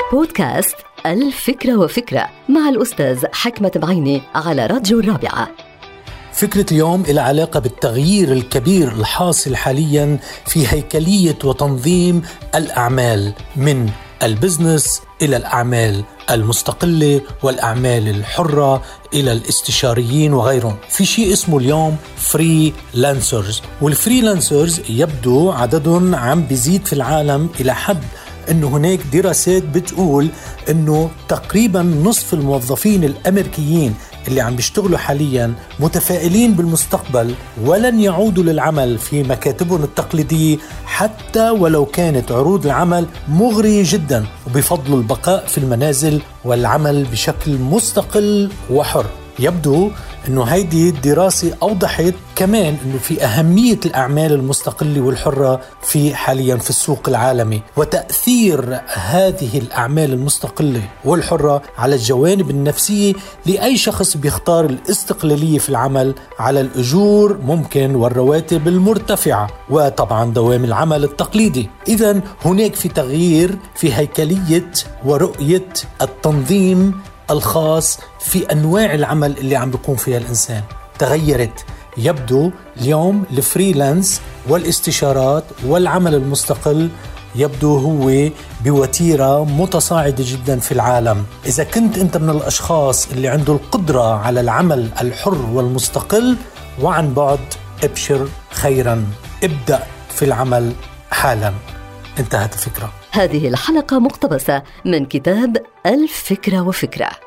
بودكاست الفكرة وفكرة مع الأستاذ حكمة بعيني على راديو الرابعة. فكرة اليوم إلى علاقة بالتغيير الكبير الحاصل حاليا في هيكلية وتنظيم الأعمال من البزنس إلى الأعمال المستقلة والأعمال الحرة إلى الاستشاريين وغيرهم. في شيء اسمه اليوم فريلانسرز، والفريلانسرز يبدو عددهم عم بيزيد في العالم إلى حد أنه هناك دراسات بتقول أنه تقريبا نصف الموظفين الأمريكيين اللي عم بيشتغلوا حاليا متفائلين بالمستقبل ولن يعودوا للعمل في مكاتبهم التقليدية حتى ولو كانت عروض العمل مغرية جدا، وبفضلوا البقاء في المنازل والعمل بشكل مستقل وحر. يبدو أنه هيدي الدراسة أوضحت كمان أنه في أهمية الأعمال المستقلة والحرة في حاليا في السوق العالمي، وتأثير هذه الأعمال المستقلة والحرة على الجوانب النفسية لأي شخص بيختار الاستقلالية في العمل على الأجور ممكن والرواتب المرتفعة، وطبعا دوام العمل التقليدي. إذن هناك في تغيير في هيكلية ورؤية التنظيم الخاص في أنواع العمل اللي عم بيقوم فيها الإنسان تغيرت. يبدو اليوم الفريلانس والاستشارات والعمل المستقل يبدو هو بوتيرة متصاعدة جدا في العالم. إذا كنت أنت من الأشخاص اللي عنده القدرة على العمل الحر والمستقل وعن بعد، ابشر خيرا، ابدأ في العمل حالا. انتهت الفكرة. هذه الحلقة مقتبسة من كتاب الفكرة وفكرة.